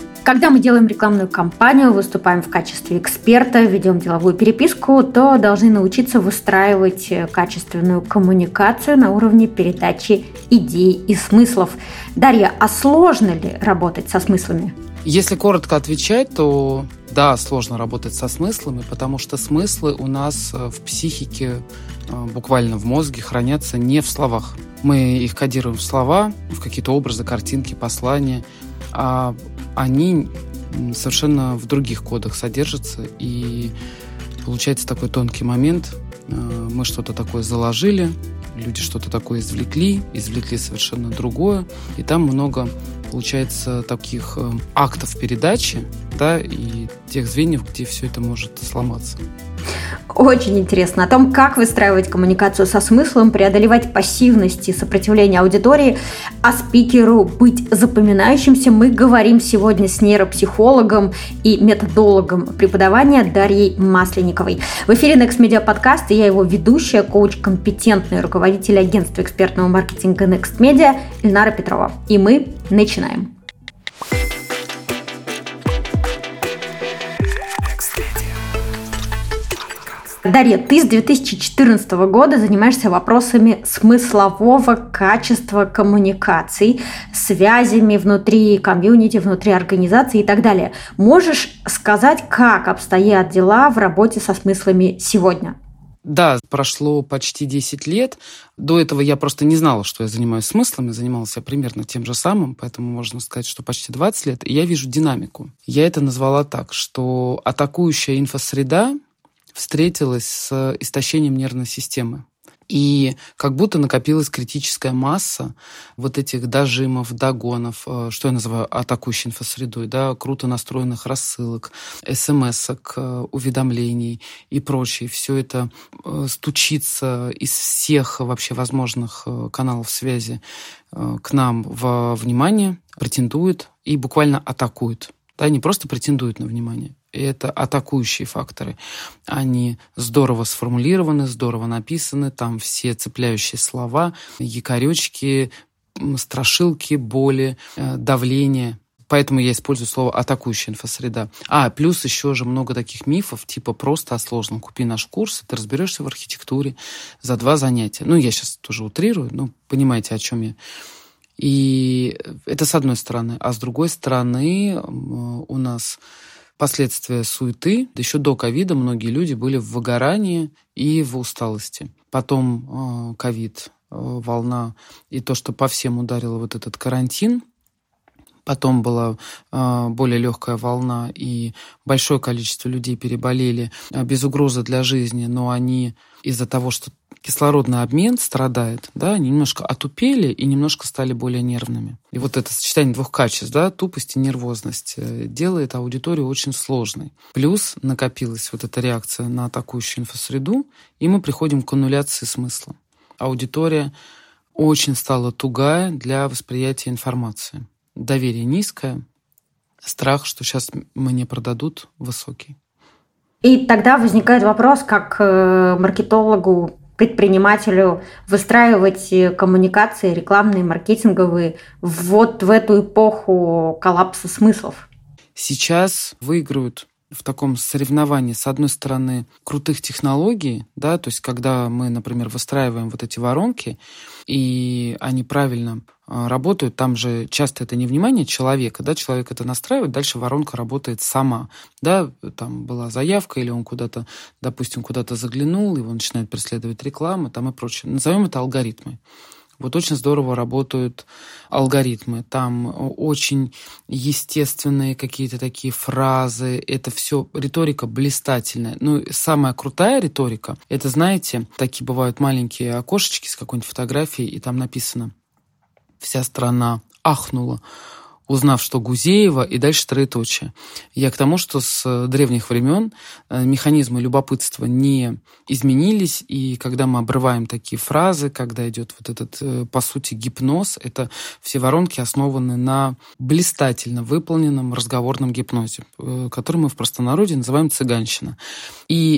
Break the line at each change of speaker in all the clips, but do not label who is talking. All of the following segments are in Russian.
Когда мы делаем рекламную кампанию, выступаем в качестве эксперта, ведем деловую переписку, то должны научиться выстраивать качественную коммуникацию на уровне передачи идей и смыслов. Дарья, а сложно ли работать со смыслами?
Если коротко отвечать, то да, сложно работать со смыслами, потому что смыслы у нас в психике, буквально в мозге, хранятся не в словах. Мы их кодируем в слова, в какие-то образы, картинки, послания, а они совершенно в других кодах содержатся, и получается такой тонкий момент. Мы что-то такое заложили, люди что-то такое извлекли совершенно другое, и там много, получается, таких актов передачи, да, и тех звеньев, где все это может сломаться.
Очень интересно. О том, как выстраивать коммуникацию со смыслом, преодолевать пассивность и сопротивление аудитории, а спикеру быть запоминающимся, мы говорим сегодня с нейропсихологом и методологом преподавания Дарьей Масленниковой. В эфире Next Media Podcast, и я его ведущая, коуч, компетентный руководитель агентства экспертного маркетинга Next Media Ильнара Петрова. И мы начинаем. Дарья, ты с 2014 года занимаешься вопросами смыслового качества коммуникаций, связями внутри комьюнити, внутри организации и так далее. Можешь сказать, как обстоят дела в работе со смыслами сегодня?
Да, прошло почти 10 лет. До этого я просто не знала, что я занимаюсь смыслами, занималась я примерно тем же самым, поэтому можно сказать, что почти 20 лет, и я вижу динамику. Я это назвала так, что атакующая инфосреда встретилась с истощением нервной системы. И как будто накопилась критическая масса вот этих дожимов, догонов, что я называю атакующей инфосредой, да, круто настроенных рассылок, смс-ок, уведомлений и прочее. Все это стучится из всех вообще возможных каналов связи к нам во внимание, претендует и буквально атакует. Да, не просто претендуют на внимание. И это атакующие факторы. Они здорово сформулированы, здорово написаны, там все цепляющие слова, якоречки, страшилки, боли, давление. Поэтому я использую слово «атакующая инфосреда». Плюс еще же много таких мифов, типа просто о сложном. Купи наш курс, и ты разберешься в архитектуре за 2 занятия. Я сейчас тоже утрирую, но понимаете, о чем я. И это с одной стороны. А с другой стороны у нас последствия суеты. Еще до ковида многие люди были в выгорании и в усталости. Потом ковид, волна, и то, что по всем ударило вот этот карантин. Потом была более легкая волна, и большое количество людей переболели без угрозы для жизни, но они из-за того, что кислородный обмен страдает, да, они немножко отупели и немножко стали более нервными. И вот это сочетание 2 качеств, да, тупость и нервозность, делает аудиторию очень сложной. Плюс накопилась вот эта реакция на атакующую инфосреду, и мы приходим к аннуляции смысла. Аудитория очень стала тугая для восприятия информации. Доверие низкое, страх, что сейчас мне продадут, высокий.
И тогда возникает вопрос, как маркетологу, предпринимателю выстраивать коммуникации рекламные, маркетинговые вот в эту эпоху коллапса смыслов.
Сейчас выиграют в таком соревновании, с одной стороны, крутых технологий, да, то есть когда мы, например, выстраиваем вот эти воронки, и они правильно работают, там же часто это не внимание человека, да, человек это настраивает, дальше воронка работает сама, да, там была заявка, или он куда-то, допустим, куда-то заглянул, его начинает преследовать реклама, там и прочее. Назовем это алгоритмы. Вот очень здорово работают алгоритмы. Там очень естественные какие-то такие фразы. Это все риторика блистательная. Самая крутая риторика, это, знаете, такие бывают маленькие окошечки с какой-нибудь фотографией, и там написано «Вся страна ахнула, узнав, что Гузеева», и дальше троеточие. Я к тому, что с древних времен механизмы любопытства не изменились, и когда мы обрываем такие фразы, когда идет вот этот, по сути, гипноз, это все воронки основаны на блистательно выполненном разговорном гипнозе, который мы в простонародье называем цыганщина. И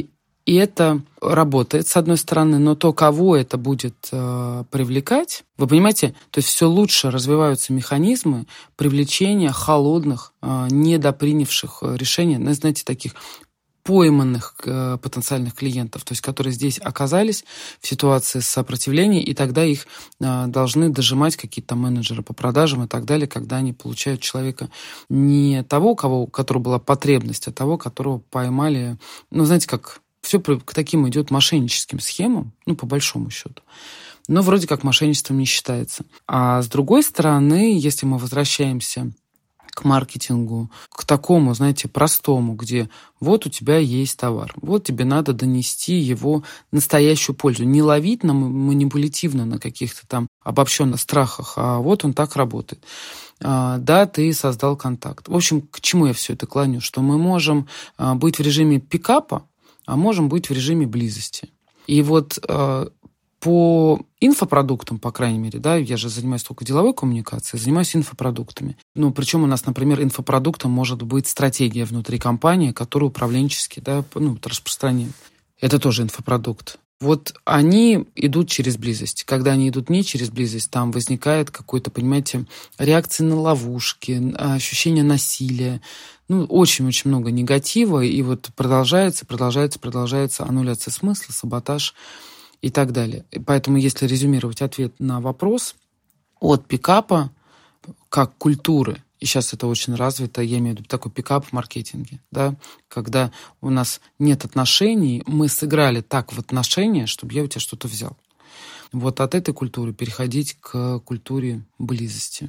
И это работает, с одной стороны, но то, кого это будет привлекать, вы понимаете, то есть все лучше развиваются механизмы привлечения холодных, недопринявших решения, знаете, таких пойманных потенциальных клиентов, то есть которые здесь оказались в ситуации сопротивления, и тогда их должны дожимать какие-то менеджеры по продажам и так далее, когда они получают человека не того, у которого была потребность, а того, которого поймали. Знаете, как все к таким идет мошенническим схемам, по большому счету. Но вроде как мошенничеством не считается. А с другой стороны, если мы возвращаемся к маркетингу, к такому, знаете, простому, где вот у тебя есть товар, вот тебе надо донести его настоящую пользу, не ловить манипулятивно на каких-то там обобщенных страхах, а вот он так работает. Да, ты создал контакт. В общем, к чему я все это клоню? Что мы можем быть в режиме пикапа, а можем быть в режиме близости. И вот по инфопродуктам, по крайней мере, да, я же занимаюсь только деловой коммуникацией, занимаюсь инфопродуктами. Причем у нас, например, инфопродуктом может быть стратегия внутри компании, которую управленчески, да, распространяем. Это тоже инфопродукт. Вот они идут через близость. Когда они идут не через близость, там возникает какой-то, понимаете, реакция на ловушки, ощущение насилия. Очень-очень много негатива, и вот продолжается аннуляция смысла, саботаж и так далее. И поэтому, если резюмировать ответ на вопрос, от пикапа как культуры, и сейчас это очень развито, я имею в виду такой пикап в маркетинге, да, когда у нас нет отношений, мы сыграли так в отношения, чтобы я у тебя что-то взял. Вот от этой культуры переходить к культуре близости.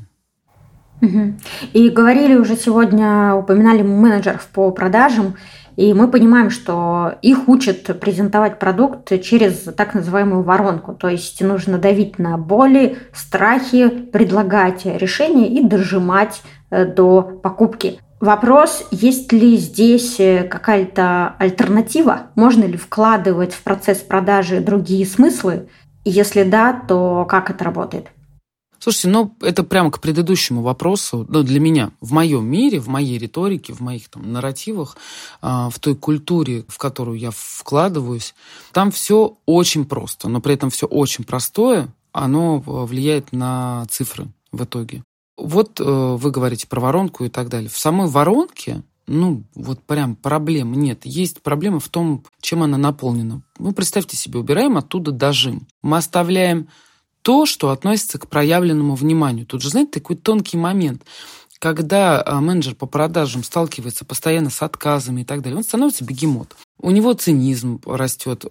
И говорили уже сегодня, упоминали менеджеров по продажам, и мы понимаем, что их учат презентовать продукт через так называемую воронку. То есть нужно давить на боли, страхи, предлагать решения и дожимать до покупки. Вопрос, есть ли здесь какая-то альтернатива? Можно ли вкладывать в процесс продажи другие смыслы? И если да, то как это работает?
Слушайте, это прямо к предыдущему вопросу. Для меня, в моем мире, в моей риторике, в моих нарративах, в той культуре, в которую я вкладываюсь, там все очень просто, но при этом все очень простое, оно влияет на цифры в итоге. Вот вы говорите про воронку и так далее. В самой воронке, прям проблем нет. Есть проблема в том, чем она наполнена. Представьте себе, убираем оттуда дожим. Мы оставляем то, что относится к проявленному вниманию. Тут же, знаете, такой тонкий момент. Когда менеджер по продажам сталкивается постоянно с отказами и так далее, он становится бегемот. У него цинизм растет,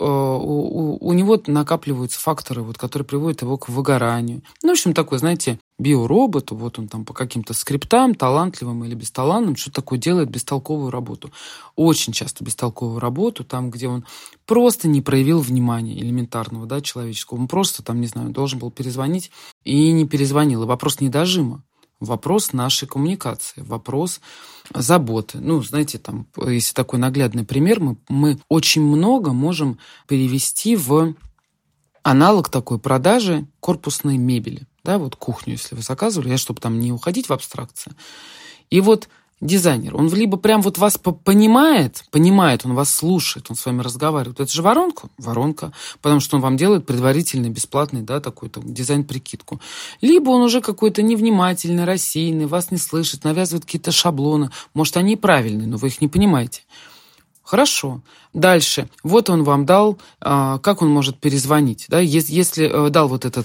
у него накапливаются факторы, которые приводят его к выгоранию. В общем, такой, знаете, биоробот, он там по каким-то скриптам, талантливым или бесталанным, что такое делает бестолковую работу. Очень часто бестолковую работу, там, где он просто не проявил внимания элементарного, да, человеческого. Он просто, должен был перезвонить и не перезвонил. И вопрос не дожима. Вопрос нашей коммуникации, вопрос заботы. Знаете, если такой наглядный пример, мы очень много можем перевести в аналог такой продажи корпусной мебели. Да, кухню, если вы заказывали, чтобы там не уходить в абстракцию. И дизайнер, он либо прям вас понимает, он вас слушает, он с вами разговаривает. Это же воронка, потому что он вам делает предварительный, бесплатный, да, такой дизайн-прикидку. Либо он уже какой-то невнимательный, рассеянный, вас не слышит, навязывает какие-то шаблоны. Может, они и правильные, но вы их не понимаете. Хорошо. Дальше. Он вам дал, как он может перезвонить, да, если дал этот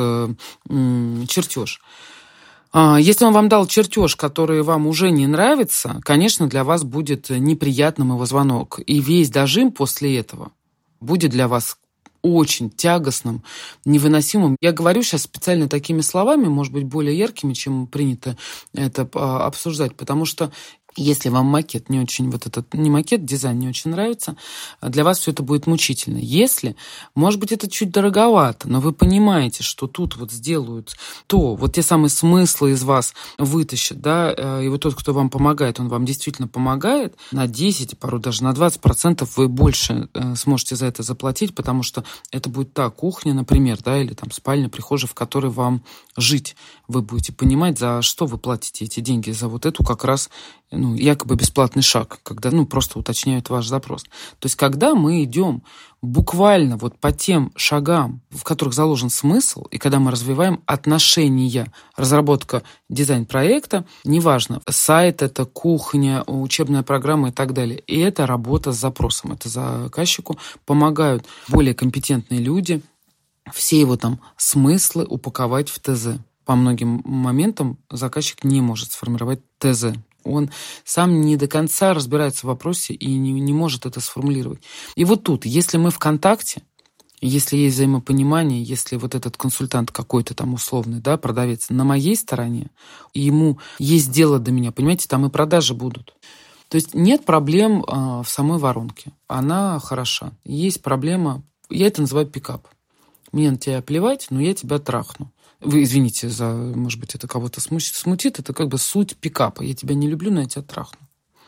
чертеж. Если он вам дал чертеж, который вам уже не нравится, конечно, для вас будет неприятным его звонок. И весь дожим после этого будет для вас очень тягостным, невыносимым. Я говорю сейчас специально такими словами, может быть, более яркими, чем принято это обсуждать, потому что если вам макет не очень, не макет, дизайн не очень нравится, для вас все это будет мучительно. Если, может быть, это чуть дороговато, но вы понимаете, что тут сделают то, те самые смыслы из вас вытащат, да, и тот, кто вам помогает, он вам действительно помогает, на 10, порой даже на 20% вы больше сможете за это заплатить, потому что это будет та кухня, например, да, или спальня, прихожая, в которой вам жить. Вы будете понимать, за что вы платите эти деньги, за эту как раз якобы бесплатный шаг, когда просто уточняют ваш запрос. То есть когда мы идем буквально вот по тем шагам, в которых заложен смысл, и когда мы развиваем отношения, разработка дизайн-проекта, неважно, сайт это, кухня, учебная программа и так далее, и это работа с запросом, это заказчику помогают более компетентные люди все его там смыслы упаковать в ТЗ. По многим моментам заказчик не может сформировать ТЗ. Он сам не до конца разбирается в вопросе и не может это сформулировать. И вот тут, если мы в контакте, если есть взаимопонимание, если вот этот консультант какой-то там условный, да, продавец на моей стороне, и ему есть дело до меня, понимаете, там и продажи будут. То есть нет проблем в самой воронке. Она хороша. Есть проблема, я это называю пикап. Мне на тебя плевать, но я тебя трахну. Вы извините за, может быть, это кого-то смутит, это как бы суть пикапа. Я тебя не люблю, но я тебя трахну.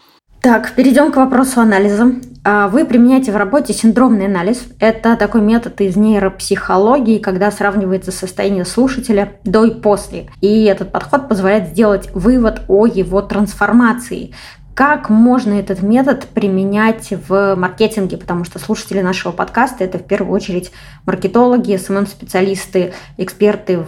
Так, перейдем к вопросу анализа. Вы применяете в работе синдромный анализ. Это такой метод из нейропсихологии, когда сравнивается состояние слушателя до и после. И этот подход позволяет сделать вывод о его трансформации. Как можно этот метод применять в маркетинге? Потому что слушатели нашего подкаста – это в первую очередь маркетологи, СММ-специалисты, эксперты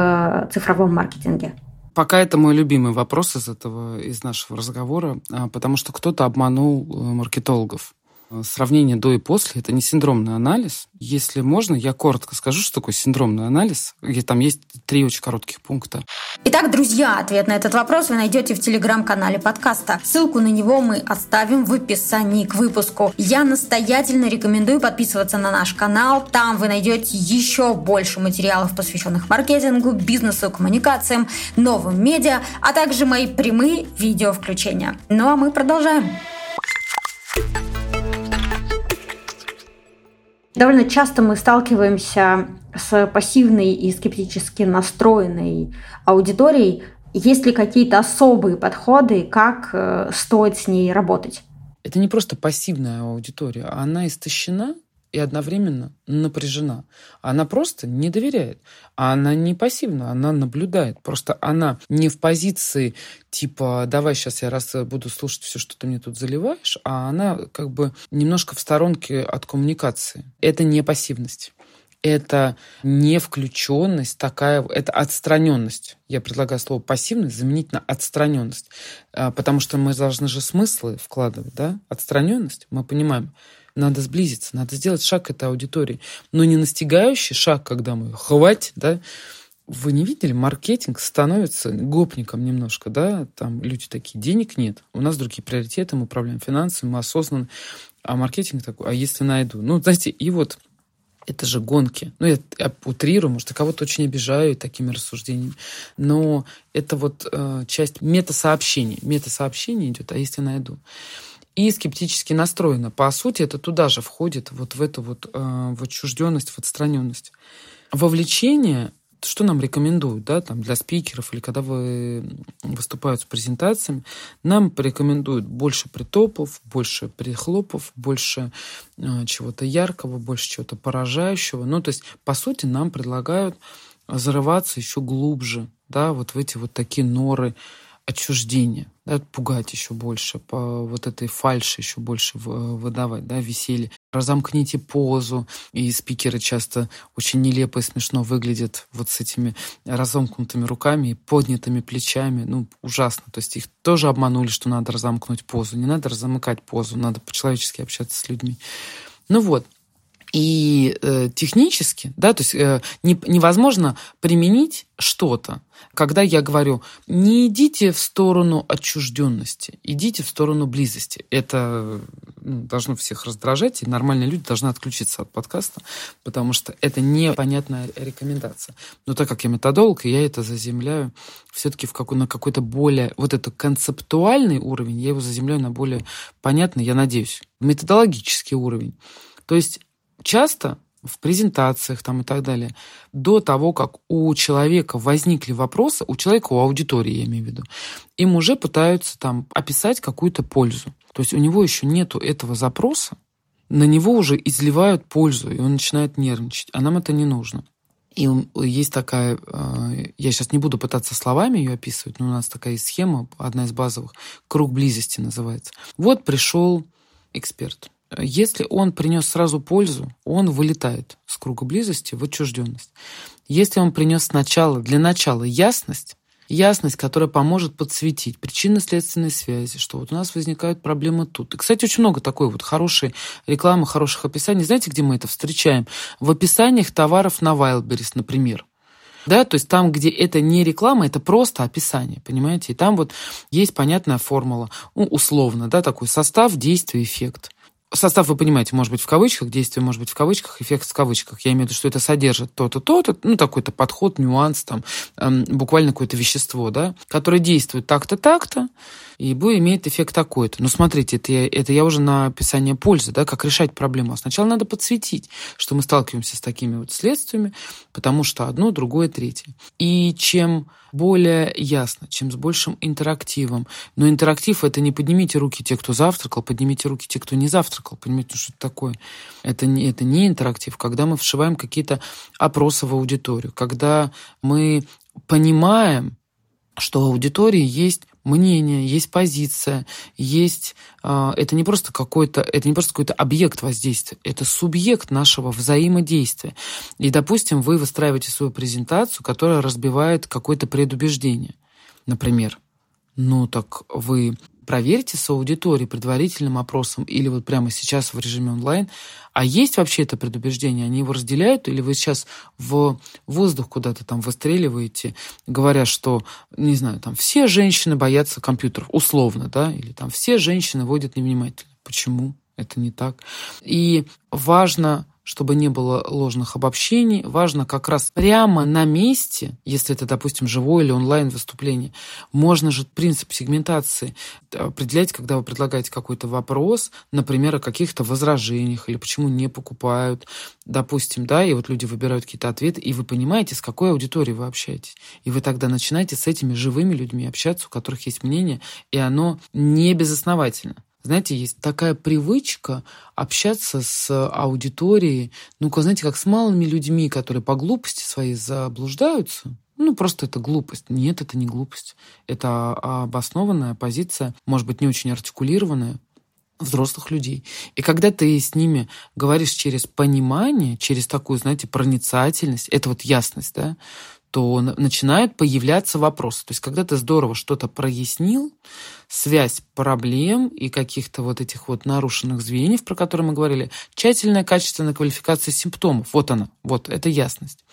в цифровом маркетинге.
Пока это мой любимый вопрос из нашего разговора, потому что кто-то обманул маркетологов. Сравнение до и после – это не синдромный анализ. Если можно, я коротко скажу, что такое синдромный анализ. Там есть 3 очень коротких пункта.
Итак, друзья, ответ на этот вопрос вы найдете в телеграм-канале подкаста. Ссылку на него мы оставим в описании к выпуску. Я настоятельно рекомендую подписываться на наш канал. Там вы найдете еще больше материалов, посвященных маркетингу, бизнесу, коммуникациям, новым медиа, а также мои прямые видео-включения. Ну а мы продолжаем. Довольно часто мы сталкиваемся с пассивной и скептически настроенной аудиторией. Есть ли какие-то особые подходы, как стоит с ней работать?
Это не просто пассивная аудитория, она истощена и одновременно напряжена. Она просто не доверяет. А она не пассивна, она наблюдает. Просто она не в позиции типа «давай сейчас я буду слушать все, что ты мне тут заливаешь», а она как бы немножко в сторонке от коммуникации. Это не пассивность. Это не включенность, это отстраненность. Я предлагаю слово пассивность заменить на отстраненность. Потому что мы должны же смыслы вкладывать, да? Отстраненность, мы понимаем, надо сблизиться, надо сделать шаг к этой аудитории. Но не настигающий шаг, когда мы хватит, да? Вы не видели, маркетинг становится гопником немножко, да? Там люди такие, денег нет, у нас другие приоритеты, мы управляем финансами, мы осознанны. А маркетинг такой, а если найду? Знаете, и вот это же гонки. Я утрирую, может, я кого-то очень обижаю такими рассуждениями. Но это вот часть метасообщений. Метасообщение идет, а если найду? И скептически настроена. По сути, это туда же входит, вот в эту вот в отчужденность, в отстраненность. Вовлечение, что нам рекомендуют, да, там, для спикеров или когда вы выступают с презентациями, нам порекомендуют больше притопов, больше прихлопов, больше чего-то яркого, больше чего-то поражающего. То есть, по сути, нам предлагают зарываться еще глубже, да, вот в эти вот такие норы отчуждения, да, пугать еще больше, по вот этой фальши еще больше выдавать, да, веселье. Разомкните позу, и спикеры часто очень нелепо и смешно выглядят вот с этими разомкнутыми руками и поднятыми плечами. Ужасно. То есть их тоже обманули, что надо разомкнуть позу. Не надо разомыкать позу, надо по-человечески общаться с людьми. И технически, да, то есть невозможно применить что-то, когда я говорю, не идите в сторону отчужденности, идите в сторону близости. Это должно всех раздражать, и нормальные люди должны отключиться от подкаста, потому что это непонятная рекомендация. Но так как я методолог, и я это заземляю все-таки на какой-то более, вот это концептуальный уровень, я его заземляю на более понятный, я надеюсь, методологический уровень. То есть часто в презентациях там и так далее, до того, как у человека возникли вопросы, у аудитории, я имею в виду, им уже пытаются там описать какую-то пользу. То есть у него еще нету этого запроса, на него уже изливают пользу, и он начинает нервничать, а нам это не нужно. И есть такая, я сейчас не буду пытаться словами ее описывать, но у нас такая есть схема, одна из базовых, круг близости называется. Вот пришел эксперт. Если он принес сразу пользу, он вылетает с круга близости в отчужденность. Если он принес для начала ясность, которая поможет подсветить причинно-следственные связи, что вот у нас возникают проблемы тут. И, кстати, очень много такой вот хорошей рекламы, хороших описаний. Знаете, где мы это встречаем? В описаниях товаров на Wildberries, например. Да, то есть там, где это не реклама, это просто описание, понимаете? И там вот есть понятная формула, условно, да, такой состав, действие, эффект. Состав, вы понимаете, может быть в кавычках, действие может быть в кавычках, эффект в кавычках. Я имею в виду, что это содержит то-то, то-то, такой-то подход, нюанс, там, буквально какое-то вещество, да, которое действует так-то, так-то, и имеет эффект такой-то. Но смотрите, это я уже на описание пользы, да, как решать проблему. А сначала надо подсветить, что мы сталкиваемся с такими вот следствиями, потому что одно, другое, третье. И чем более ясно, чем с большим интерактивом. Но интерактив — это не поднимите руки те, кто завтракал, поднимите руки те, кто не завтракал. Понимаете, что это такое? Это не интерактив. Когда мы вшиваем какие-то опросы в аудиторию, когда мы понимаем, что у аудитории есть мнение, есть позиция, есть... Это не просто какой-то объект воздействия, это субъект нашего взаимодействия. И, допустим, вы выстраиваете свою презентацию, которая разбивает какое-то предубеждение. Например, так вы проверьте с аудиторией предварительным опросом или вот прямо сейчас в режиме онлайн, а есть вообще это предубеждение, они его разделяют, или вы сейчас в воздух куда-то там выстреливаете, говоря, что, не знаю, там все женщины боятся компьютеров, условно, да, или там все женщины водят невнимательно. Почему? Это не так. И важно, чтобы не было ложных обобщений, важно как раз прямо на месте, если это, допустим, живое или онлайн-выступление, можно же принцип сегментации определять, когда вы предлагаете какой-то вопрос, например, о каких-то возражениях или почему не покупают, допустим, да, и вот люди выбирают какие-то ответы, и вы понимаете, с какой аудиторией вы общаетесь. И вы тогда начинаете с этими живыми людьми общаться, у которых есть мнение, и оно не безосновательно. Знаете, есть такая привычка общаться с аудиторией, знаете, как с малыми людьми, которые по глупости своей заблуждаются. Просто это глупость. Нет, это не глупость. Это обоснованная позиция, может быть, не очень артикулированная, взрослых людей. И когда ты с ними говоришь через понимание, через такую, знаете, проницательность, это вот ясность, да, то начинают появляться вопросы. То есть, когда ты здорово что-то прояснил, связь проблем и каких-то вот этих вот нарушенных звеньев, про которые мы говорили, тщательная, качественная квалификация симптомов. Вот она, вот, это ясность.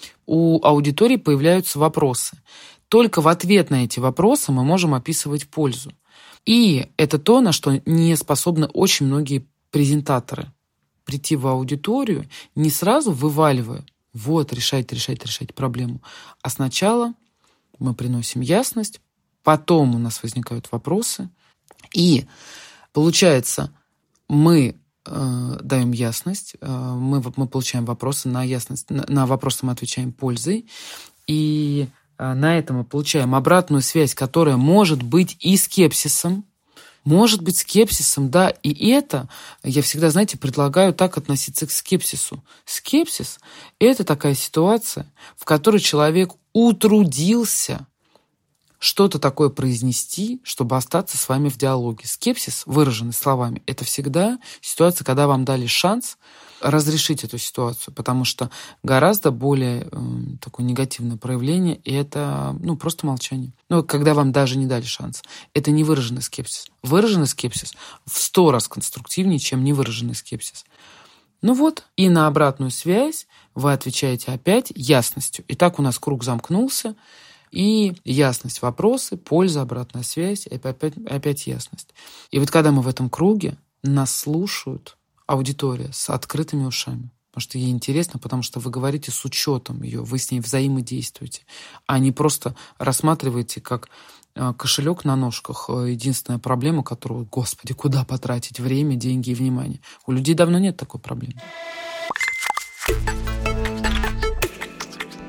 У аудитории появляются вопросы. Только в ответ на эти вопросы мы можем описывать пользу. И это то, на что не способны очень многие презентаторы. Прийти в аудиторию, не сразу вываливая, вот, решать проблему. А сначала мы приносим ясность, потом у нас возникают вопросы, и получается, мы даем ясность, мы получаем вопросы, на ясность, на вопросы мы отвечаем пользой, и на этом мы получаем обратную связь, которая может быть и скепсисом, да, и это, я всегда, знаете, предлагаю так относиться к скепсису. Скепсис – это такая ситуация, в которой человек утрудился что-то такое произнести, чтобы остаться с вами в диалоге. Скепсис, выраженный словами, это всегда ситуация, когда вам дали шанс разрешить эту ситуацию, потому что гораздо более такое негативное проявление – это просто молчание. Когда вам даже не дали шанс. Это не выраженный скепсис. Выраженный скепсис в 100 раз конструктивнее, чем невыраженный скепсис. И на обратную связь вы отвечаете опять ясностью. И так у нас круг замкнулся, и ясность, вопросы, польза, обратная связь, опять ясность. И вот когда мы в этом круге, нас слушают аудитория с открытыми ушами. Потому что ей интересно, потому что вы говорите с учетом ее, вы с ней взаимодействуете, а не просто рассматриваете как кошелек на ножках, единственная проблема, которую, господи, куда потратить время, деньги и внимание. У людей давно нет такой проблемы.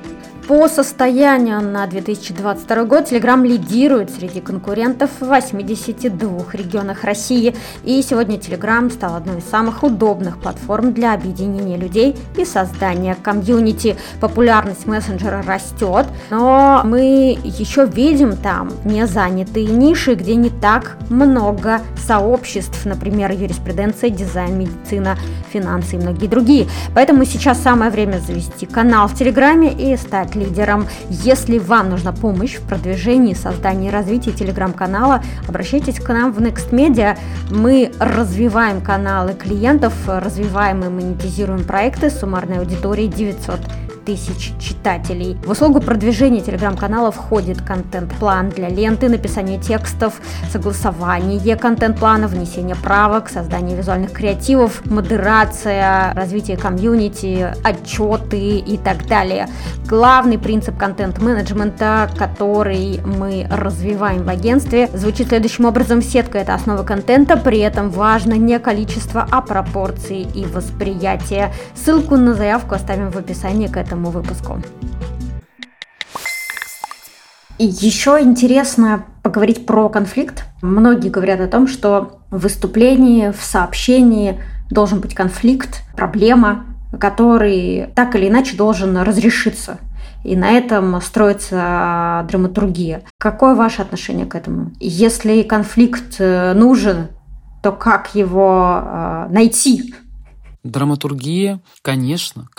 По состоянию на 2022 год Telegram лидирует среди конкурентов в 82 регионах России. И сегодня Telegram стал одной из самых удобных платформ для объединения людей и создания комьюнити. Популярность мессенджера растет, но мы еще видим там незанятые ниши, где не так много сообществ, например, юриспруденция, дизайн, медицина, финансы и многие другие. Поэтому сейчас самое время завести канал в Телеграме и стать лидером. Если вам нужна помощь в продвижении, создании и развитии телеграм-канала, обращайтесь к нам в Next Media. Мы развиваем каналы клиентов, развиваем и монетизируем проекты с суммарной аудиторией 900 тысяч читателей. В услугу продвижения телеграм-канала входит контент-план для ленты, написание текстов, согласование контент-плана, внесение правок, создание визуальных креативов, модерация, развитие комьюнити, отчеты и так далее. Главный принцип контент-менеджмента, который мы развиваем в агентстве, звучит следующим образом: сетка – это основа контента, при этом важно не количество, а пропорции и восприятие. Ссылку на заявку оставим в описании к этому выпуску. И еще интересно поговорить про конфликт. Многие говорят о том, что в выступлении, в сообщении должен быть конфликт, проблема, который так или иначе должен разрешиться. И на этом строится драматургия. Какое ваше отношение к этому? Если конфликт нужен, то как его найти?
Драматургия, конечно,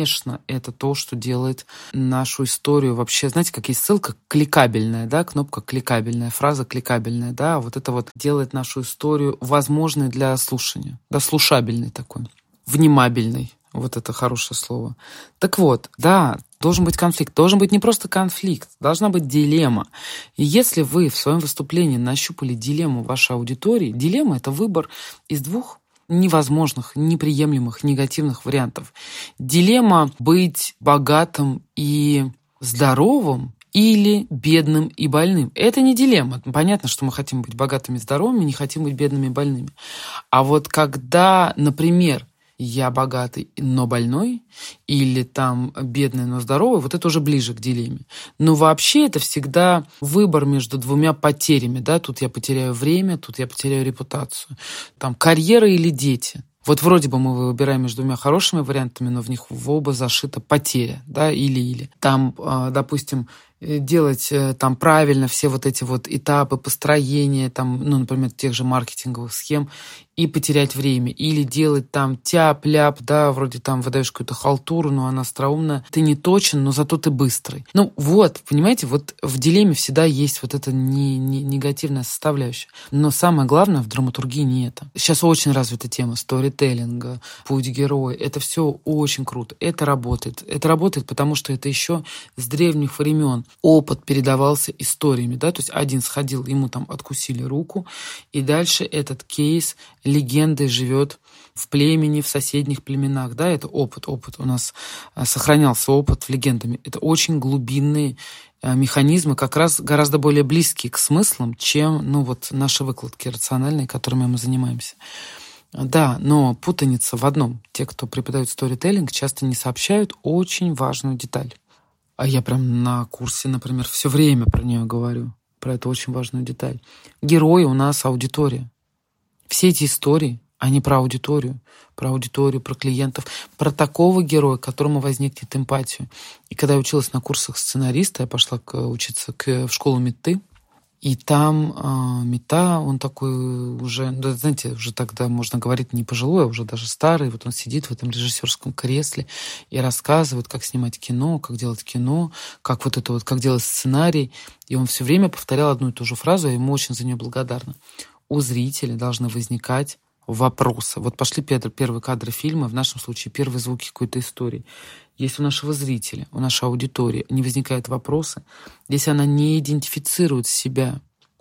это то, что делает нашу историю вообще. Знаете, как есть ссылка кликабельная, да, кнопка кликабельная, фраза кликабельная, да, вот это вот делает нашу историю возможной для слушания, да, слушабельной такой, внимабельной. Вот это хорошее слово. Так вот, да, должен быть конфликт. Должен быть не просто конфликт, должна быть дилемма. И если вы в своем выступлении нащупали дилемму вашей аудитории, дилемма — это выбор из двух невозможных, неприемлемых, негативных вариантов. Дилемма быть богатым и здоровым или бедным и больным. Это не дилемма. Понятно, что мы хотим быть богатыми и здоровыми, не хотим быть бедными и больными. А вот когда, например, я богатый, но больной, или там бедный, но здоровый, вот это уже ближе к дилемме. Но вообще это всегда выбор между двумя потерями, да, тут я потеряю время, тут я потеряю репутацию, там карьера или дети. Вот вроде бы мы выбираем между двумя хорошими вариантами, но в них в оба зашита потеря, да, или. Там, допустим, делать там правильно все вот эти вот этапы построения, там, ну, например, тех же маркетинговых схем, и потерять время. Или делать там тяп-ляп, да, вроде там выдаешь какую-то халтуру, но она остроумная. Ты не точен, но зато ты быстрый. Ну вот, понимаете, вот в дилемме всегда есть вот эта негативная составляющая. Но самое главное в драматургии не это. Сейчас очень развита тема сторителлинга, путь героя. Это все очень круто. Это работает. Это работает, потому что это еще с древних времен опыт передавался историями, да, то есть один сходил, ему там откусили руку, и дальше этот кейс легендой живет в племени, в соседних племенах, да, это опыт. У нас сохранялся опыт в легендами. Это очень глубинные механизмы, как раз гораздо более близкие к смыслам, чем, ну, вот наши выкладки рациональные, которыми мы занимаемся. Да, но путаница в одном. Те, кто преподают сторителлинг, часто не сообщают очень важную деталь. А я прям на курсе, например, все время про нее говорю, про эту очень важную деталь. Герои у нас аудитория. Все эти истории, они про аудиторию, про клиентов, про такого героя, к которому возникнет эмпатию. И когда я училась на курсах сценариста, я пошла учиться в школу Метты, и там Мета, он такой уже, да, знаете, уже тогда, можно говорить, не пожилой, а уже даже старый. Вот он сидит в этом режиссерском кресле и рассказывает, как снимать кино, как вот это вот, как делать сценарий. И он все время повторял одну и ту же фразу, я ему очень за нее благодарна. У зрителя должны возникать вопросы. Вот пошли первые кадры фильма, в нашем случае первые звуки какой-то истории. Если у нашего зрителя, у нашей аудитории не возникают вопросы, если она не идентифицирует себя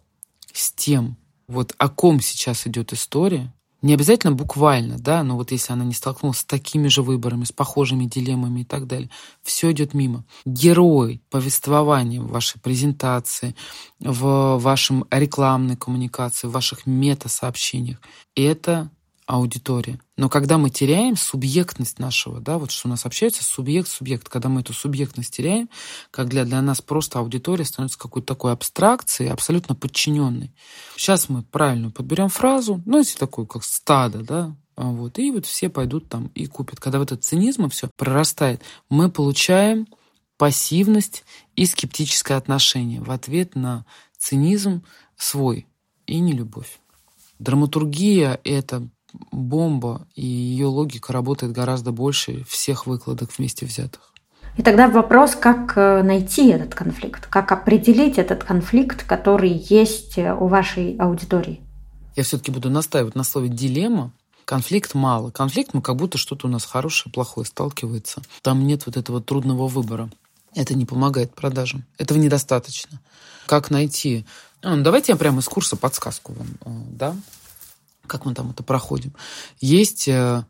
с тем, вот о ком сейчас идет история, не обязательно буквально, да, но вот если она не столкнулась с такими же выборами, с похожими дилеммами и так далее, все идет мимо. Герой повествования в вашей презентации, в вашем рекламной коммуникации, в ваших мета-сообщениях — это аудитория. Но когда мы теряем субъектность нашего, да, вот что у нас общается субъект, когда мы эту субъектность теряем, как для нас просто аудитория становится какой-то такой абстракцией, абсолютно подчиненной. Сейчас мы правильно подберем фразу, ну, если такой, как стадо, да, вот, и вот все пойдут там и купят. Когда вот этот цинизм все прорастает, мы получаем пассивность и скептическое отношение в ответ на цинизм свой и нелюбовь. Драматургия — это бомба, и ее логика работает гораздо больше всех выкладок вместе взятых.
И тогда вопрос, как найти этот конфликт, как определить этот конфликт, который есть у вашей аудитории?
Я все-таки буду настаивать на слове «дилемма». Конфликт мало. Конфликт, как будто что-то у нас хорошее, плохое сталкивается. Там нет вот этого трудного выбора. Это не помогает продажам. Этого недостаточно. Как найти? Давайте я прямо из курса подсказку вам дам. Как мы там это проходим. Есть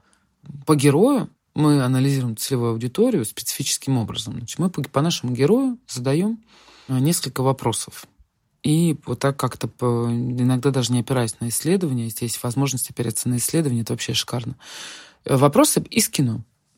по герою, мы анализируем целевую аудиторию специфическим образом. Значит, мы по нашему герою задаем несколько вопросов. И вот так как-то иногда даже не опираясь на исследования, если есть возможность опираться на исследования, это вообще шикарно. Вопросы из кино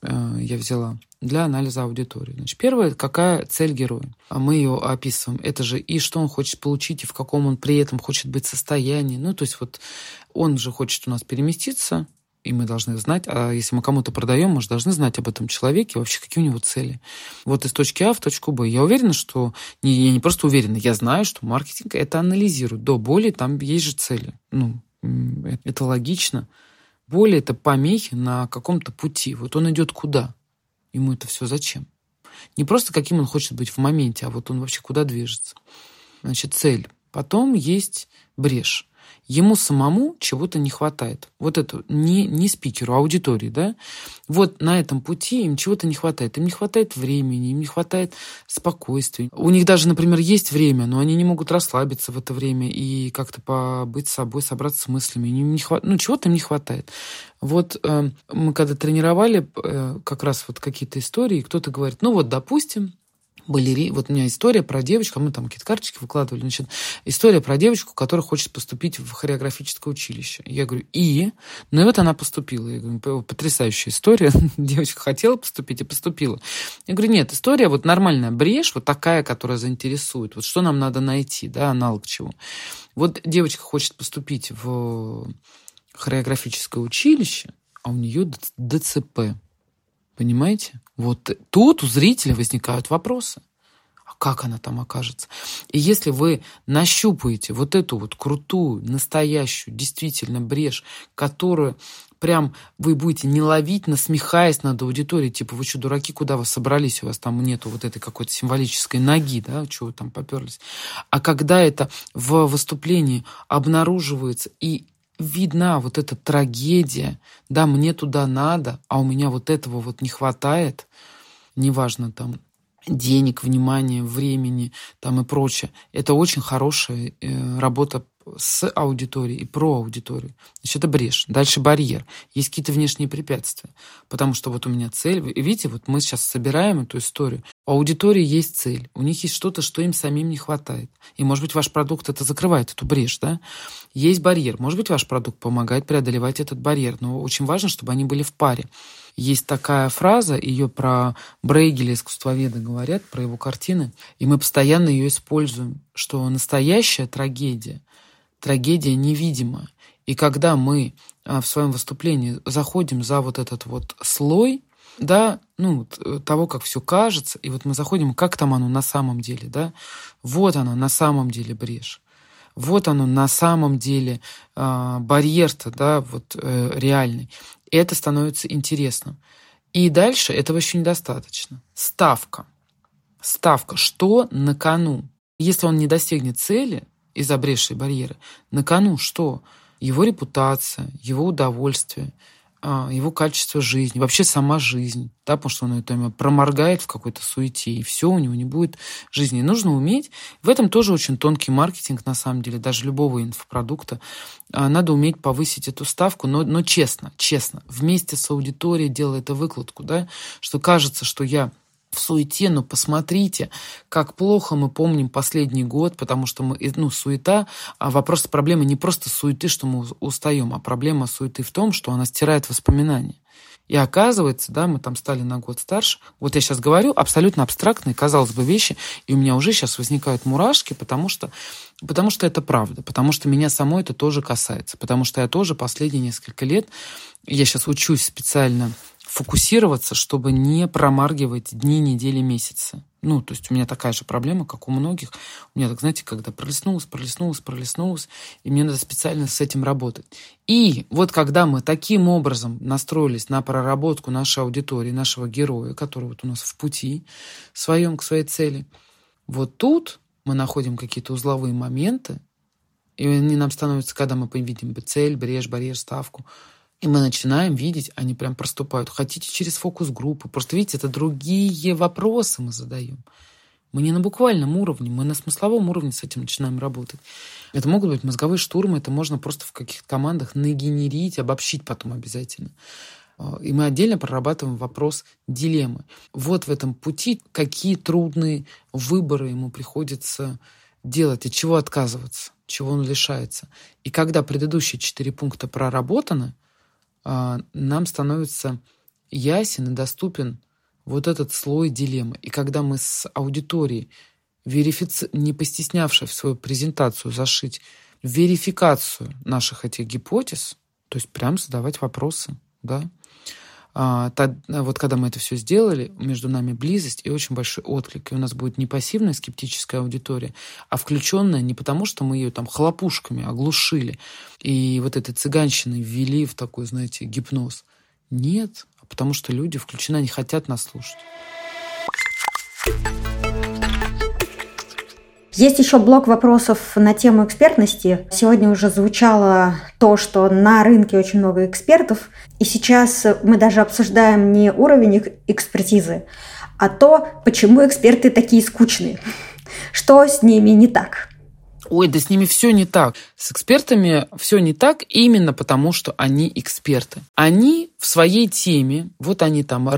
я взяла для анализа аудитории. Значит, первое, какая цель героя? Мы ее описываем. Это же и что он хочет получить, и в каком он при этом хочет быть состоянии. Ну, то есть вот он же хочет у нас переместиться, и мы должны знать, а если мы кому-то продаем, мы же должны знать об этом человеке, вообще какие у него цели. Вот из точки А в точку Б. Я уверена, что... Я не просто уверена, я знаю, что маркетинг это анализирует. До боли там есть же цели. Ну, это логично. Боль — это помехи на каком-то пути. Вот он идет куда? Ему это все зачем? Не просто каким он хочет быть в моменте, а вот он вообще куда движется. Значит, цель. Потом есть брешь. Ему самому чего-то не хватает. Вот это не спикеру, а аудитории, да? Вот на этом пути им чего-то не хватает. Им не хватает времени, им не хватает спокойствия. У них даже, например, есть время, но они не могут расслабиться в это время и как-то побыть с собой, собраться с мыслями. Чего-то им не хватает. Вот мы когда тренировали как раз вот какие-то истории, кто-то говорит, допустим, вот у меня история про девочку, мы там какие-то карточки выкладывали, значит, история про девочку, которая хочет поступить в хореографическое училище. Я говорю, и вот она поступила. Я говорю, потрясающая история. Девочка хотела поступить и поступила. Я говорю, нет, история вот нормальная брешь, вот такая, которая заинтересует. Вот что нам надо найти, да, аналог чего. Вот девочка хочет поступить в хореографическое училище, а у нее ДЦП. Понимаете? Вот тут у зрителя возникают вопросы. А как она там окажется? И если вы нащупаете вот эту вот крутую, настоящую, действительно брешь, которую прям вы будете не ловить, насмехаясь над аудиторией, типа, вы что, дураки, куда вы собрались? У вас там нету вот этой какой-то символической ноги, да, чего вы там поперлись. А когда это в выступлении обнаруживается и видна вот эта трагедия, да, мне туда надо, а у меня вот этого вот не хватает, неважно там денег, внимания, времени там и прочее. Это очень хорошая работа с аудиторией и про аудиторию. Значит, это брешь. Дальше барьер. Есть какие-то внешние препятствия. Потому что вот у меня цель. И видите, вот мы сейчас собираем эту историю. У аудитории есть цель. У них есть что-то, что им самим не хватает. И, может быть, ваш продукт это закрывает, эту брешь, да? Есть барьер. Может быть, ваш продукт помогает преодолевать этот барьер. Но очень важно, чтобы они были в паре. Есть такая фраза, ее про Брейгеля, искусствоведа, говорят, про его картины. И мы постоянно ее используем, что настоящая трагедия невидимая. И когда мы в своем выступлении заходим за вот этот вот слой, да, того, как все кажется, и вот мы заходим, как там оно на самом деле, да, вот оно на самом деле брешь. Вот оно на самом деле барьер-то, да, вот реальный. И это становится интересным. И дальше этого еще недостаточно. Ставка. Что на кону? Если он не достигнет цели из-за бреши и барьера, на кону что? Его репутация, его удовольствие, его качество жизни, вообще сама жизнь, да, потому что он это проморгает в какой-то суете, и все, у него не будет жизни. И нужно уметь, в этом тоже очень тонкий маркетинг, на самом деле, даже любого инфопродукта, надо уметь повысить эту ставку, но честно, вместе с аудиторией делая эту выкладку, да, что кажется, что я в суете, но посмотрите, как плохо мы помним последний год, потому что мы, суета, а вопрос проблемы не просто суеты, что мы устаем, а проблема суеты в том, что она стирает воспоминания. И оказывается, да, мы там стали на год старше. Вот я сейчас говорю абсолютно абстрактные, казалось бы, вещи, и у меня уже сейчас возникают мурашки, потому что это правда, потому что меня самой это тоже касается, потому что я тоже последние несколько лет, я сейчас учусь специально фокусироваться, чтобы не промаргивать дни, недели, месяцы. То есть у меня такая же проблема, как у многих. У меня, так знаете, когда пролистнулось, и мне надо специально с этим работать. И вот когда мы таким образом настроились на проработку нашей аудитории, нашего героя, который вот у нас в пути своем к своей цели, вот тут мы находим какие-то узловые моменты, и они нам становятся, когда мы видим цель, брешь, барьер, ставку, и мы начинаем видеть, они прям проступают. Хотите через фокус-группы. Просто, видите, это другие вопросы мы задаем. Мы не на буквальном уровне, мы на смысловом уровне с этим начинаем работать. Это могут быть мозговые штурмы, это можно просто в каких-то командах нагенерить, обобщить потом обязательно. И мы отдельно прорабатываем вопрос дилеммы. Вот в этом пути какие трудные выборы ему приходится делать, от чего отказываться, чего он лишается. И когда предыдущие 4 пункта проработаны, нам становится ясен и доступен вот этот слой дилеммы. И когда мы с аудиторией, не постеснявшись в свою презентацию зашить верификацию наших этих гипотез, то есть прям задавать вопросы, да, вот когда мы это все сделали, между нами близость и очень большой отклик. И у нас будет не пассивная скептическая аудитория, а включенная не потому, что мы ее там хлопушками оглушили и вот этой цыганщиной ввели в такой, знаете, гипноз. Нет, а потому что люди включены, они хотят нас слушать.
Есть еще блок вопросов на тему экспертности. Сегодня уже звучало то, что на рынке очень много экспертов, и сейчас мы даже обсуждаем не уровень их экспертизы, а то, почему эксперты такие скучные. Что с ними не так?
Ой, да с ними все не так. С экспертами все не так именно потому, что они эксперты. Они в своей теме, вот они там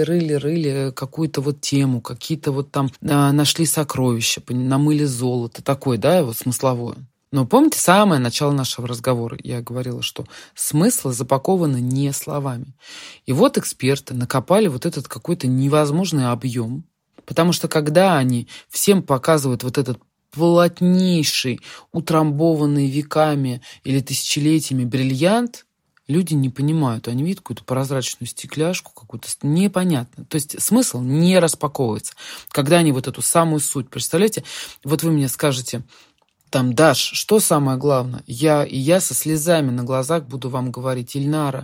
рыли какую-то вот тему, какие-то вот там нашли сокровища, намыли золото, такое, да, вот смысловое. Но помните самое начало нашего разговора? Я говорила, что смыслы запакованы не словами. И вот эксперты накопали вот этот какой-то невозможный объем, потому что когда они всем показывают вот этот плотнейший, утрамбованный веками или тысячелетиями бриллиант, люди не понимают. Они видят какую-то прозрачную стекляшку, какую-то непонятно. То есть смысл не распаковывается. Когда они вот эту самую суть, представляете, вот вы мне скажете, там, Даш, что самое главное? Я со слезами на глазах буду вам говорить, Ильнара,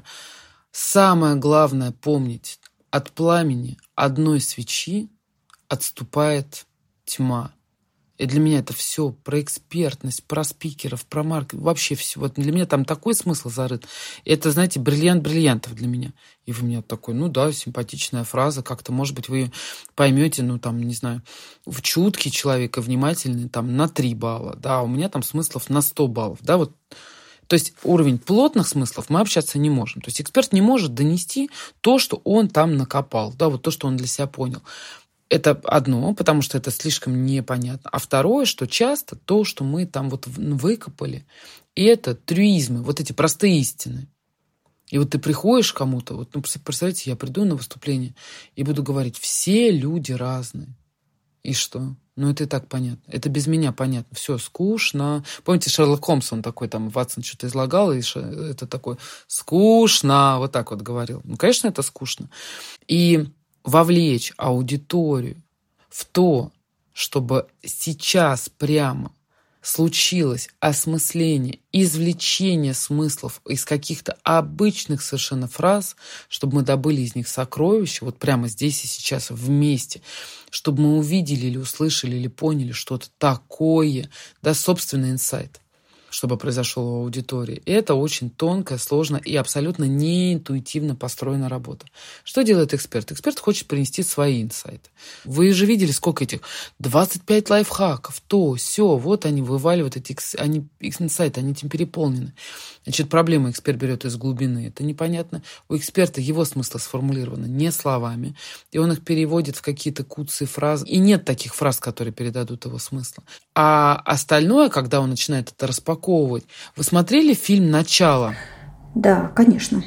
самое главное помнить, от пламени одной свечи отступает тьма. И для меня это все про экспертность, про спикеров, про маркетинг, вообще все. Вот для меня там такой смысл зарыт. Это, знаете, бриллиант бриллиантов для меня. И вы мне такой, симпатичная фраза, как-то, может быть, вы ее поймете, не знаю, в чуткий человек и внимательный, на 3 балла, да, у меня там смыслов на 100 баллов, да, вот. То есть уровень плотных смыслов мы общаться не можем. То есть эксперт не может донести то, что он там накопал, да, вот то, что он для себя понял. Это одно, потому что это слишком непонятно. А второе, что часто то, что мы там вот выкопали, и это трюизмы, вот эти простые истины. И вот ты приходишь к кому-то, представляете, я приду на выступление и буду говорить, все люди разные. И что? Это и так понятно. Это без меня понятно. Все, скучно. Помните, Шерлок Холмс, он такой, Ватсон что-то излагал, и это такой, скучно, вот так вот говорил. Конечно, это скучно. И вовлечь аудиторию в то, чтобы сейчас прямо случилось осмысление, извлечение смыслов из каких-то обычных совершенно фраз, чтобы мы добыли из них сокровища, вот прямо здесь и сейчас вместе, чтобы мы увидели или услышали, или поняли что-то такое, да, собственный инсайт, чтобы произошел в аудитории. И это очень тонкая, сложная и абсолютно неинтуитивно построенная работа. Что делает эксперт? Эксперт хочет принести свои инсайты. Вы же видели, сколько этих 25 лайфхаков, то, сё, вот они вываливают эти инсайты, они этим переполнены. Значит, проблему эксперт берет из глубины. Это непонятно. У эксперта его смысл сформулировано не словами, и он их переводит в какие-то куцые фразы. И нет таких фраз, которые передадут его смысл. А остальное, когда он начинает это распаковывать... Вы смотрели фильм «Начало»?
Да, конечно.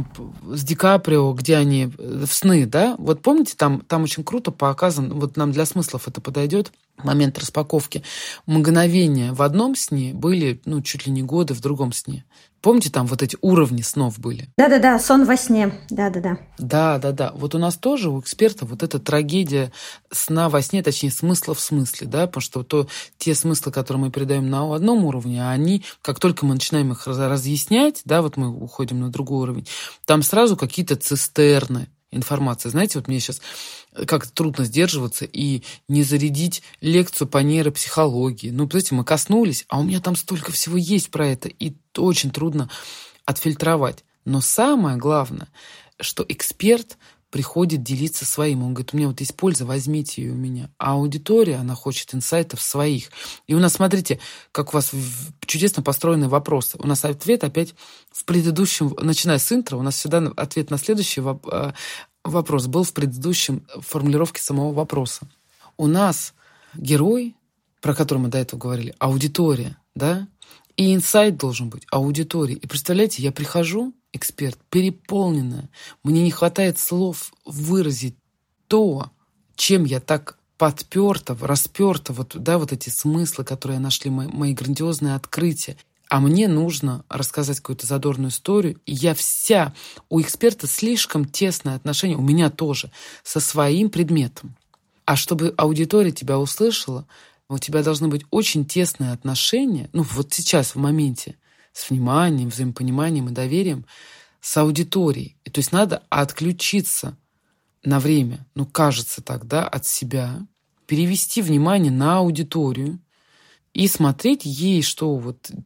С Ди Каприо, где они в сны, да? Вот помните, там очень круто показан, вот нам для смыслов это подойдет, момент распаковки. Мгновения в одном сне были, чуть ли не годы в другом сне. Помните, там вот эти уровни снов были?
Да-да-да, сон во сне. Да-да-да.
Да. Вот у нас тоже, у эксперта, вот эта трагедия сна во сне, точнее, смысла в смысле, да, потому что те смыслы, которые мы передаем на одном уровне, они, как только мы начинаем их разъяснять, да, вот мы уходим на другой уровень, там сразу какие-то цистерны информации. Знаете, вот мне сейчас как-то трудно сдерживаться и не зарядить лекцию по нейропсихологии. Знаете, мы коснулись, а у меня там столько всего есть про это, и очень трудно отфильтровать. Но самое главное, что эксперт приходит делиться своим. Он говорит, у меня вот есть польза, возьмите ее у меня. А аудитория, она хочет инсайтов своих. И у нас, смотрите, как у вас чудесно построены вопросы. У нас ответ опять в предыдущем, начиная с интро, у нас всегда ответ на следующий вопрос был в предыдущем формулировке самого вопроса. У нас герой, про который мы до этого говорили, аудитория, да? И инсайт должен быть аудиторией. И представляете, я прихожу, эксперт, переполненная, мне не хватает слов выразить то, чем я так подперта, расперта, вот эти смыслы, которые нашли мои грандиозные открытия. А мне нужно рассказать какую-то задорную историю, и у эксперта слишком тесное отношение, у меня тоже, со своим предметом. А чтобы аудитория тебя услышала, у тебя должны быть очень тесные отношения, вот сейчас, в моменте, с вниманием, взаимопониманием и доверием, с аудиторией. То есть надо отключиться на время, кажется так, да, от себя, перевести внимание на аудиторию и смотреть ей, что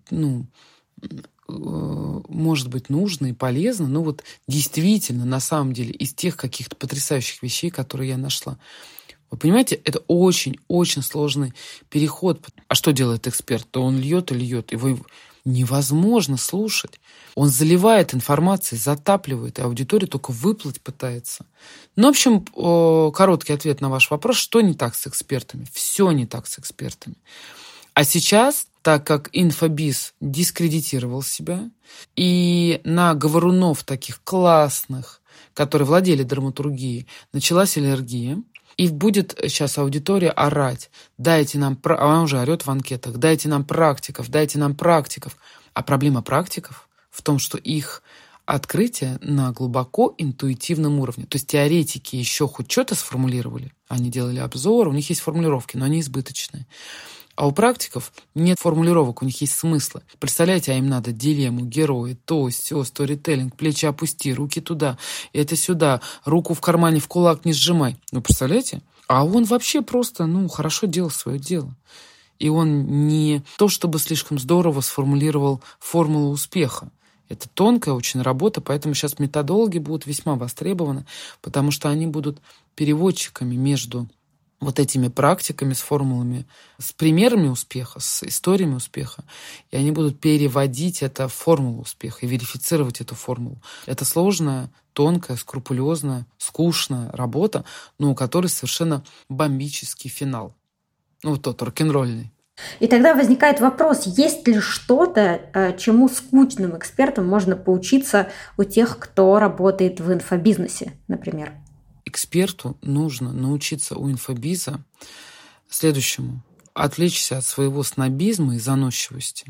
может быть нужно и полезно, действительно, на самом деле, из тех каких-то потрясающих вещей, которые я нашла. Вы понимаете, это очень-очень сложный переход. А что делает эксперт? То он льет и льет. Его невозможно слушать. Он заливает информацией, затапливает, и аудитория только выплыть пытается. В общем, короткий ответ на ваш вопрос. Что не так с экспертами? Все не так с экспертами. А сейчас, так как инфобиз дискредитировал себя, и на говорунов таких классных, которые владели драматургией, началась аллергия, и будет сейчас аудитория орать. Дайте нам... Она уже орет в анкетах. Дайте нам практиков, дайте нам практиков. А проблема практиков в том, что их открытие на глубоко интуитивном уровне. То есть теоретики еще хоть что-то сформулировали. Они делали обзор, у них есть формулировки, но они избыточные. А у практиков нет формулировок, у них есть смыслы. Представляете, а им надо дилемму, герои, то, сё, сторителлинг, плечи опусти, руки туда, это сюда, руку в кармане в кулак не сжимай. Представляете? А он вообще просто, хорошо делал свое дело. И он не то чтобы слишком здорово сформулировал формулу успеха. Это тонкая очень работа, поэтому сейчас методологи будут весьма востребованы, потому что они будут переводчиками между вот этими практиками, с формулами, с примерами успеха, с историями успеха. И они будут переводить это в формулу успеха и верифицировать эту формулу. Это сложная, тонкая, скрупулезная, скучная работа, но у которой совершенно бомбический финал. Тот рок-н-ролльный.
И тогда возникает вопрос, есть ли что-то, чему скучным экспертам можно поучиться у тех, кто работает в инфобизнесе, например?
Эксперту нужно научиться у инфобиза следующему. Отвлечься от своего снобизма и заносчивости.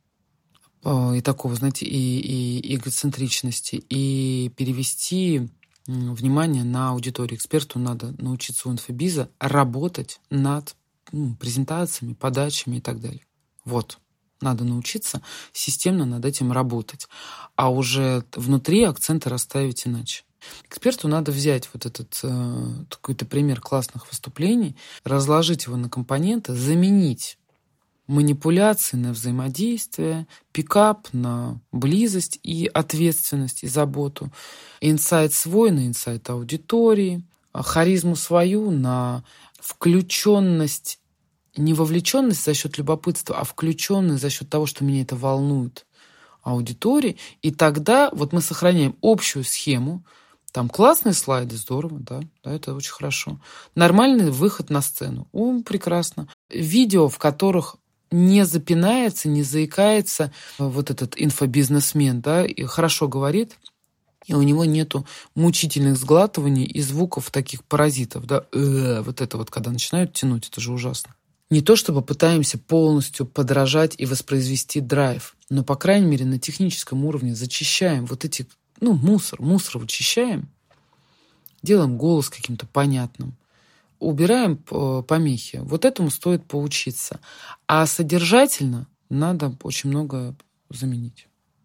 И такого, знаете, и эгоцентричности. И перевести внимание на аудиторию. Эксперту надо научиться у инфобиза работать над презентациями, подачами и так далее. Надо научиться системно над этим работать. А уже внутри акценты расставить иначе. Эксперту надо взять этот какой-то пример классных выступлений, разложить его на компоненты, заменить манипуляции на взаимодействие, пикап на близость и ответственность и заботу, инсайт свой на инсайт аудитории, харизму свою на включенность, не вовлеченность за счет любопытства, а включенность за счет того, что меня это волнует. аудитории, и тогда вот мы сохраняем общую схему. Там классные слайды, здорово, да, это очень хорошо. Нормальный выход на сцену, прекрасно. Видео, в которых не запинается, не заикается вот этот инфобизнесмен, да, и хорошо говорит, и у него нету мучительных сглатываний и звуков таких паразитов, да, вот это вот, когда начинают тянуть, это же ужасно. Не то чтобы пытаемся полностью подражать и воспроизвести драйв, но, по крайней мере, на техническом уровне зачищаем вот эти, мусор вычищаем, делаем голос каким-то понятным, убираем помехи. Вот этому стоит поучиться. А содержательно надо очень многое заменить.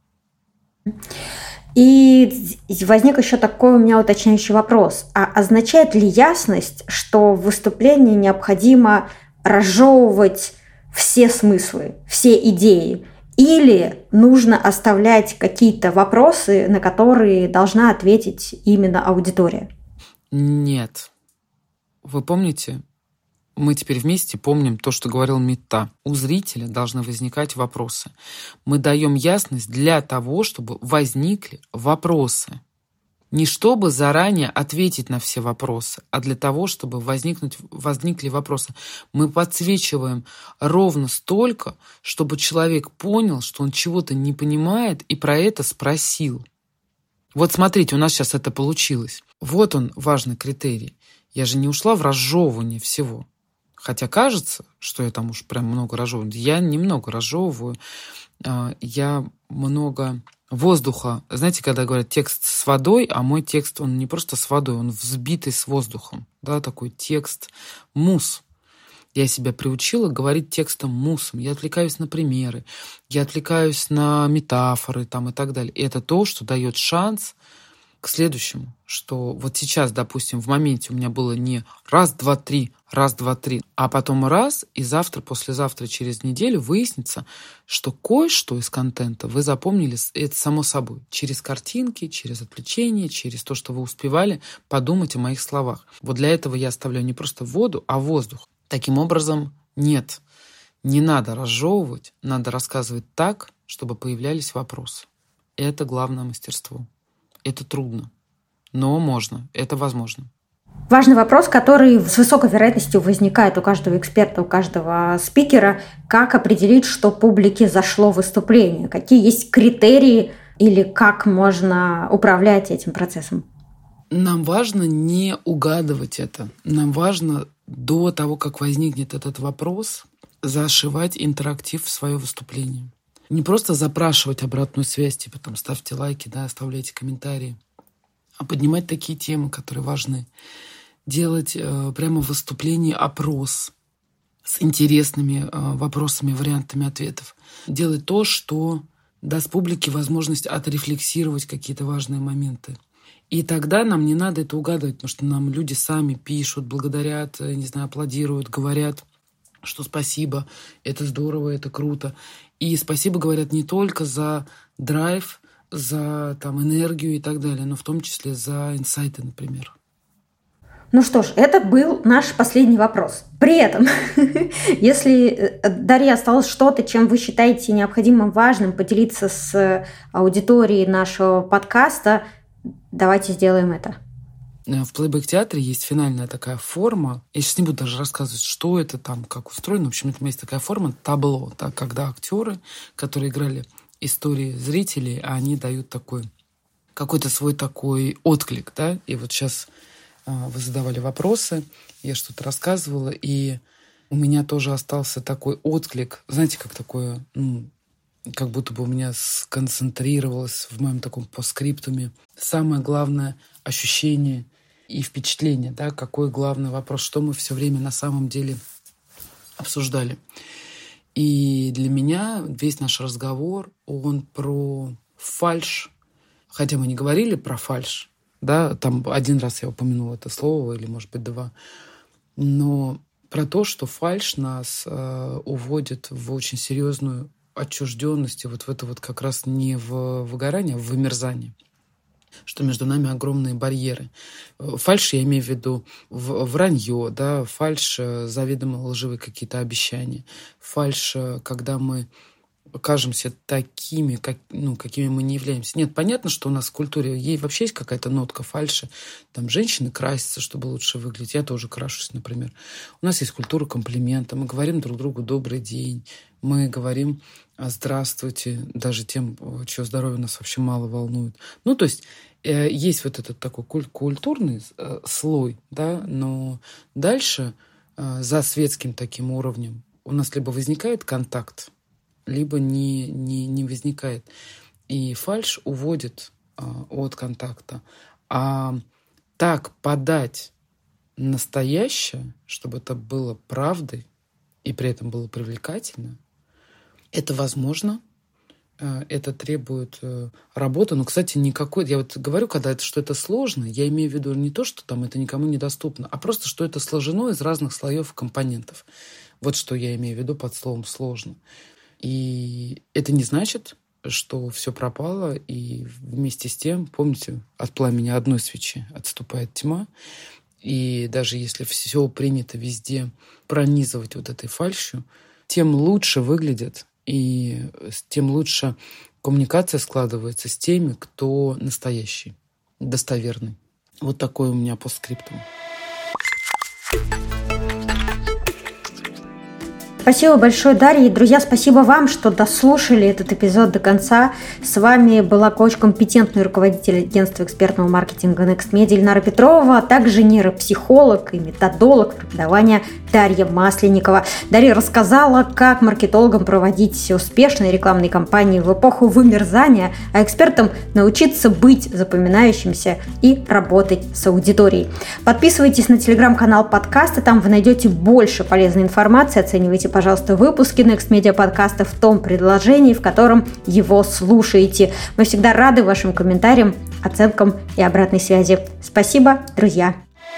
И возник еще такой у меня уточняющий вопрос. А означает ли ясность, что в выступлении необходимо разжевывать все смыслы, все идеи? Или нужно оставлять какие-то вопросы, на которые должна ответить именно аудитория?
Нет. Вы помните, мы теперь вместе помним то, что говорил Митта. У зрителя должны возникать вопросы. Мы даем ясность для того, чтобы возникли вопросы. Не чтобы заранее ответить на все вопросы, а для того, чтобы возникли вопросы. Мы подсвечиваем ровно столько, чтобы человек понял, что он чего-то не понимает и про это спросил. Вот смотрите, у нас сейчас это получилось. Вот он, важный критерий. Я же не ушла в разжевывание всего. Хотя кажется, что я там уж прям много разжевываю. Я немного разжевываю. Я много воздуха. Знаете, когда говорят текст с водой, а мой текст, он не просто с водой, он взбитый с воздухом. Да, такой текст мусс. Я себя приучила говорить текстом муссом. Я отвлекаюсь на примеры, я отвлекаюсь на метафоры там, и так далее. И это то, что дает шанс к следующему, что вот сейчас, допустим, в моменте у меня было не раз, два, три, а потом раз, и завтра, послезавтра, через неделю выяснится, что кое-что из контента вы запомнили, это само собой, через картинки, через отвлечения, через то, что вы успевали подумать о моих словах. Вот для этого я оставляю не просто воду, а воздух. Таким образом, нет, не надо разжевывать, надо рассказывать так, чтобы появлялись вопросы. Это главное мастерство. Это трудно, но можно, это возможно.
Важный вопрос, который с высокой вероятностью возникает у каждого эксперта, у каждого спикера, как определить, что публике зашло выступление, какие есть критерии или как можно управлять этим процессом.
Нам важно не угадывать это. Нам важно до того, как возникнет этот вопрос, зашивать интерактив в свое выступление. Не просто запрашивать обратную связь, типа там ставьте лайки, да, оставляйте комментарии, а поднимать такие темы, которые важны. Делать прямо в выступлении опрос с интересными вопросами, вариантами ответов. Делать то, что даст публике возможность отрефлексировать какие-то важные моменты. И тогда нам не надо это угадывать, потому что нам люди сами пишут, благодарят, не знаю, аплодируют, говорят, что спасибо, это здорово, это круто. И спасибо говорят не только за драйв, за там, энергию и так далее, но в том числе за инсайты, например.
Ну что ж, это был наш последний вопрос. При этом, если, Дарья, осталось что-то, чем вы считаете необходимым, важным поделиться с аудиторией нашего подкаста, давайте сделаем это.
В плейбэк-театре есть финальная такая форма. Я сейчас не буду даже рассказывать, что это там, как устроено. В общем, это есть такая форма табло, так, когда актеры, которые играли истории зрителей, они дают такой, какой-то свой такой отклик, да. И вот сейчас вы задавали вопросы, я что-то рассказывала, и у меня тоже остался такой отклик, знаете, как такое, как будто бы у меня сконцентрировалось в моем таком постскриптуме самое главное ощущение и впечатление, да, какой главный вопрос, что мы все время на самом деле обсуждали. И для меня весь наш разговор, он про фальшь, хотя мы не говорили про фальшь, да, там один раз я упомянула это слово, или, может быть, два, но про то, что фальшь нас уводит в очень серьезную отчужденность, и вот в это вот как раз не в выгорание, а в вымерзание, что между нами огромные барьеры. Фальшь, я имею в виду вранье, да, фальшь, заведомо лживые какие-то обещания, фальшь, когда мы кажемся такими, какими мы не являемся. Нет, понятно, что у нас в культуре вообще есть какая-то нотка фальши. Там женщины красятся, чтобы лучше выглядеть. Я тоже крашусь, например. У нас есть культура комплимента. Мы говорим друг другу «добрый день». Мы говорим «здравствуйте» даже тем, чье здоровье нас вообще мало волнует. То есть есть вот этот такой культурный слой, да, но дальше за светским таким уровнем у нас либо возникает контакт, либо не возникает. И фальшь уводит от контакта. А так подать настоящее, чтобы это было правдой и при этом было привлекательно, это возможно. Это требует работы. Но, кстати, никакой... Я вот говорю, что это сложно, я имею в виду не то, что там это никому недоступно, а просто, что это сложено из разных слоев и компонентов. Вот что я имею в виду под словом «сложно». И это не значит, что все пропало, и вместе с тем, помните, от пламени одной свечи отступает тьма. И даже если все принято везде пронизывать вот этой фальшью, тем лучше выглядят, и тем лучше коммуникация складывается с теми, кто настоящий, достоверный. Вот такой у меня постскриптум.
Спасибо большое, Дарья. И, друзья, спасибо вам, что дослушали этот эпизод до конца. С вами была коуч-компетентный руководитель агентства экспертного маркетинга Next Media Ильнара Петрова, а также нейропсихолог и методолог преподавания Дарья Масленникова. Дарья рассказала, как маркетологам проводить успешные рекламные кампании в эпоху вымерзания, а экспертам научиться быть запоминающимся и работать с аудиторией. Подписывайтесь на телеграм-канал подкаста, там вы найдете больше полезной информации, оценивайте, пожалуйста, выпуски Next Media подкаста в том предложении, в котором его слушаете. Мы всегда рады вашим комментариям, оценкам и обратной связи. Спасибо, друзья!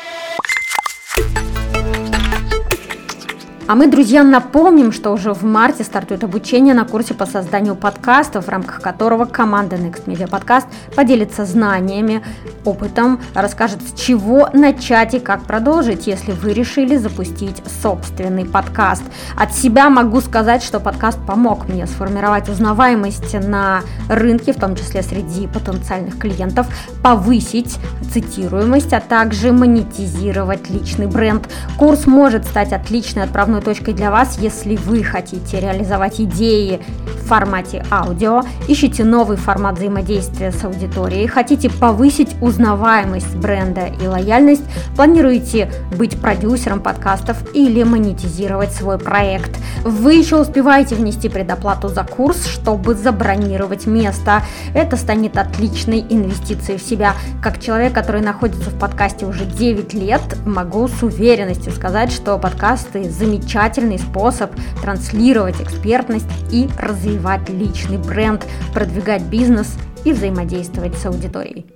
А мы, друзья, напомним, что уже в марте стартует обучение на курсе по созданию подкастов, в рамках которого команда Next Media Podcast поделится знаниями, опытом, расскажет, с чего начать и как продолжить, если вы решили запустить собственный подкаст. От себя могу сказать, что подкаст помог мне сформировать узнаваемость на рынке, в том числе среди потенциальных клиентов, повысить цитируемость, а также монетизировать личный бренд. Курс может стать отличной отправной точкой для вас, если вы хотите реализовать идеи в формате аудио, ищете новый формат взаимодействия с аудиторией, хотите повысить узнаваемость бренда и лояльность, планируете быть продюсером подкастов или монетизировать свой проект. Вы еще успеваете внести предоплату за курс, чтобы забронировать место. Это станет отличной инвестицией в себя. Как человек, который находится в подкасте уже 9 лет, могу с уверенностью сказать, что подкасты замечательный способ транслировать экспертность и развивать личный бренд, продвигать бизнес и взаимодействовать с аудиторией.